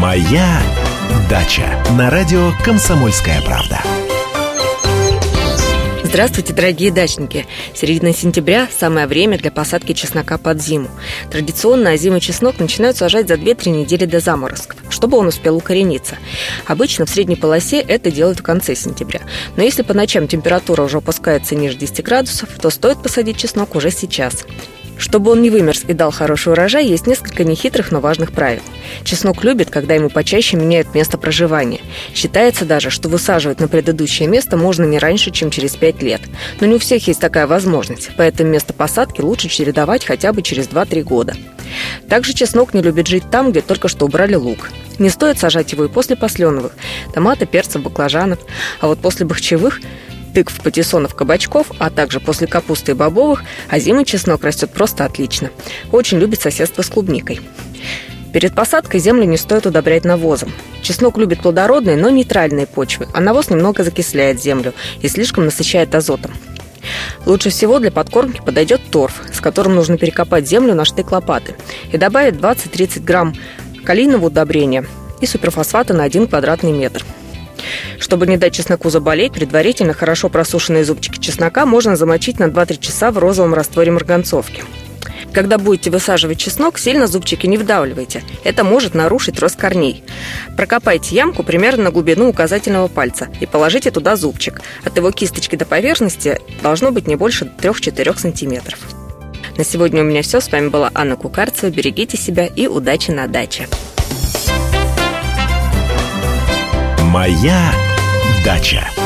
Моя дача на радио «Комсомольская правда». Здравствуйте, дорогие дачники! Середина сентября – самое время для посадки чеснока под зиму. Традиционно озимый чеснок начинают сажать за 2-3 недели до заморозков, чтобы он успел укорениться. Обычно в средней полосе это делают в конце сентября. Но если по ночам температура уже опускается ниже 10 градусов, то стоит посадить чеснок уже сейчас. Чтобы он не вымерз и дал хороший урожай, есть несколько нехитрых, но важных правил. Чеснок любит, когда ему почаще меняют место проживания. Считается даже, что высаживать на предыдущее место можно не раньше, чем через 5 лет. Но не у всех есть такая возможность, поэтому место посадки лучше чередовать хотя бы через 2-3 года. Также чеснок не любит жить там, где только что убрали лук. Не стоит сажать его и после посленовых – томатов, перцев, баклажанов. А вот после бахчевых – тыкв, патиссонов, кабачков, а также после капусты и бобовых, озимый чеснок растет просто отлично. Очень любит соседство с клубникой. Перед посадкой землю не стоит удобрять навозом. Чеснок любит плодородные, но нейтральные почвы, а навоз немного закисляет землю и слишком насыщает азотом. Лучше всего для подкормки подойдет торф, с которым нужно перекопать землю на штык-лопаты и добавить 20-30 грамм калийного удобрения и суперфосфата на 1 квадратный метр. Чтобы не дать чесноку заболеть, предварительно хорошо просушенные зубчики чеснока можно замочить на 2-3 часа в розовом растворе марганцовки. Когда будете высаживать чеснок, сильно зубчики не вдавливайте. Это может нарушить рост корней. Прокопайте ямку примерно на глубину указательного пальца и положите туда зубчик. От его кисточки до поверхности должно быть не больше 3-4 сантиметров. На сегодня у меня все. С вами была Анна Кукарцева. Берегите себя и удачи на даче. Моя дача.